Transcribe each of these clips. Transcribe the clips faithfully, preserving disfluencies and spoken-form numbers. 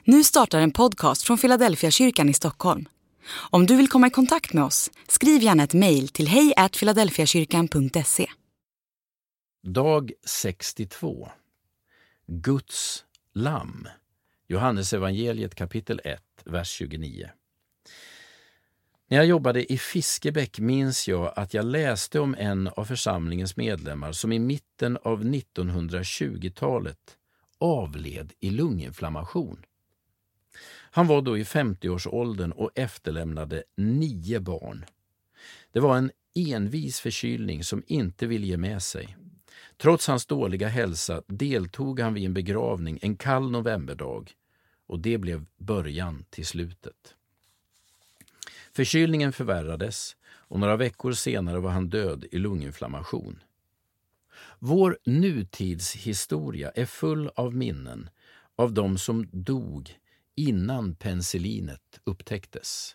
Nu startar en podcast från Philadelphia kyrkan i Stockholm. Om du vill komma i kontakt med oss, skriv gärna ett mejl till hej at philadelphiakyrkan punkt se. Dag sextiotvå. Guds lamm. Johannes evangeliet kapitel ett, vers tjugonio. När jag jobbade i Fiskebäck minns jag att jag läste om en av församlingens medlemmar som i mitten av nittonhundratjugotalet avled i lunginflammation. Han var då i femtioårsåldern och efterlämnade nio barn. Det var en envis förkylning som inte ville ge med sig. Trots hans dåliga hälsa deltog han vid en begravning en kall novemberdag, och det blev början till slutet. Förkylningen förvärrades och några veckor senare var han död i lunginflammation. Vår nutidshistoria är full av minnen av de som dog innan penicillinet upptäcktes.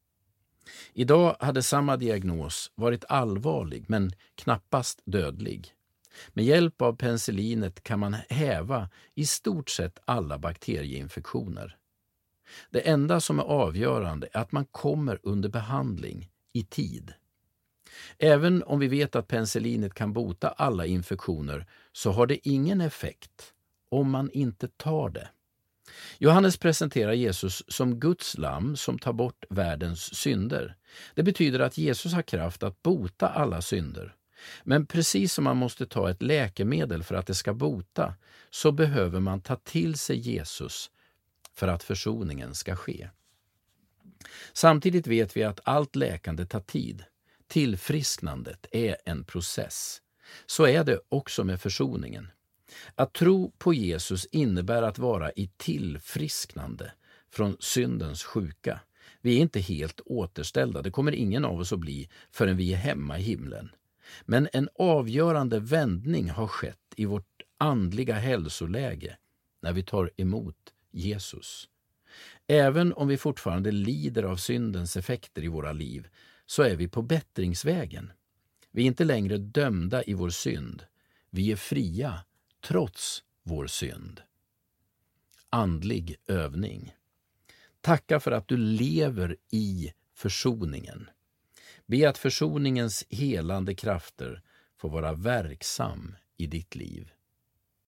Idag hade samma diagnos varit allvarlig men knappast dödlig. Med hjälp av penicillinet kan man häva i stort sett alla bakterieinfektioner. Det enda som är avgörande är att man kommer under behandling i tid. Även om vi vet att penicillinet kan bota alla infektioner så har det ingen effekt om man inte tar det. Johannes presenterar Jesus som Guds lamm som tar bort världens synder. Det betyder att Jesus har kraft att bota alla synder. Men precis som man måste ta ett läkemedel för att det ska bota, så behöver man ta till sig Jesus för att försoningen ska ske. Samtidigt vet vi att allt läkande tar tid. Tillfrisknandet är en process. Så är det också med försoningen. Att tro på Jesus innebär att vara i tillfrisknande från syndens sjuka. Vi är inte helt återställda, det kommer ingen av oss att bli förrän vi är hemma i himlen. Men en avgörande vändning har skett i vårt andliga hälsoläge när vi tar emot Jesus. Även om vi fortfarande lider av syndens effekter i våra liv så är vi på bättringsvägen. Vi är inte längre dömda i vår synd. Vi är fria trots vår synd. Andlig övning. Tacka för att du lever i försoningen. Be att försoningens helande krafter får vara verksam i ditt liv.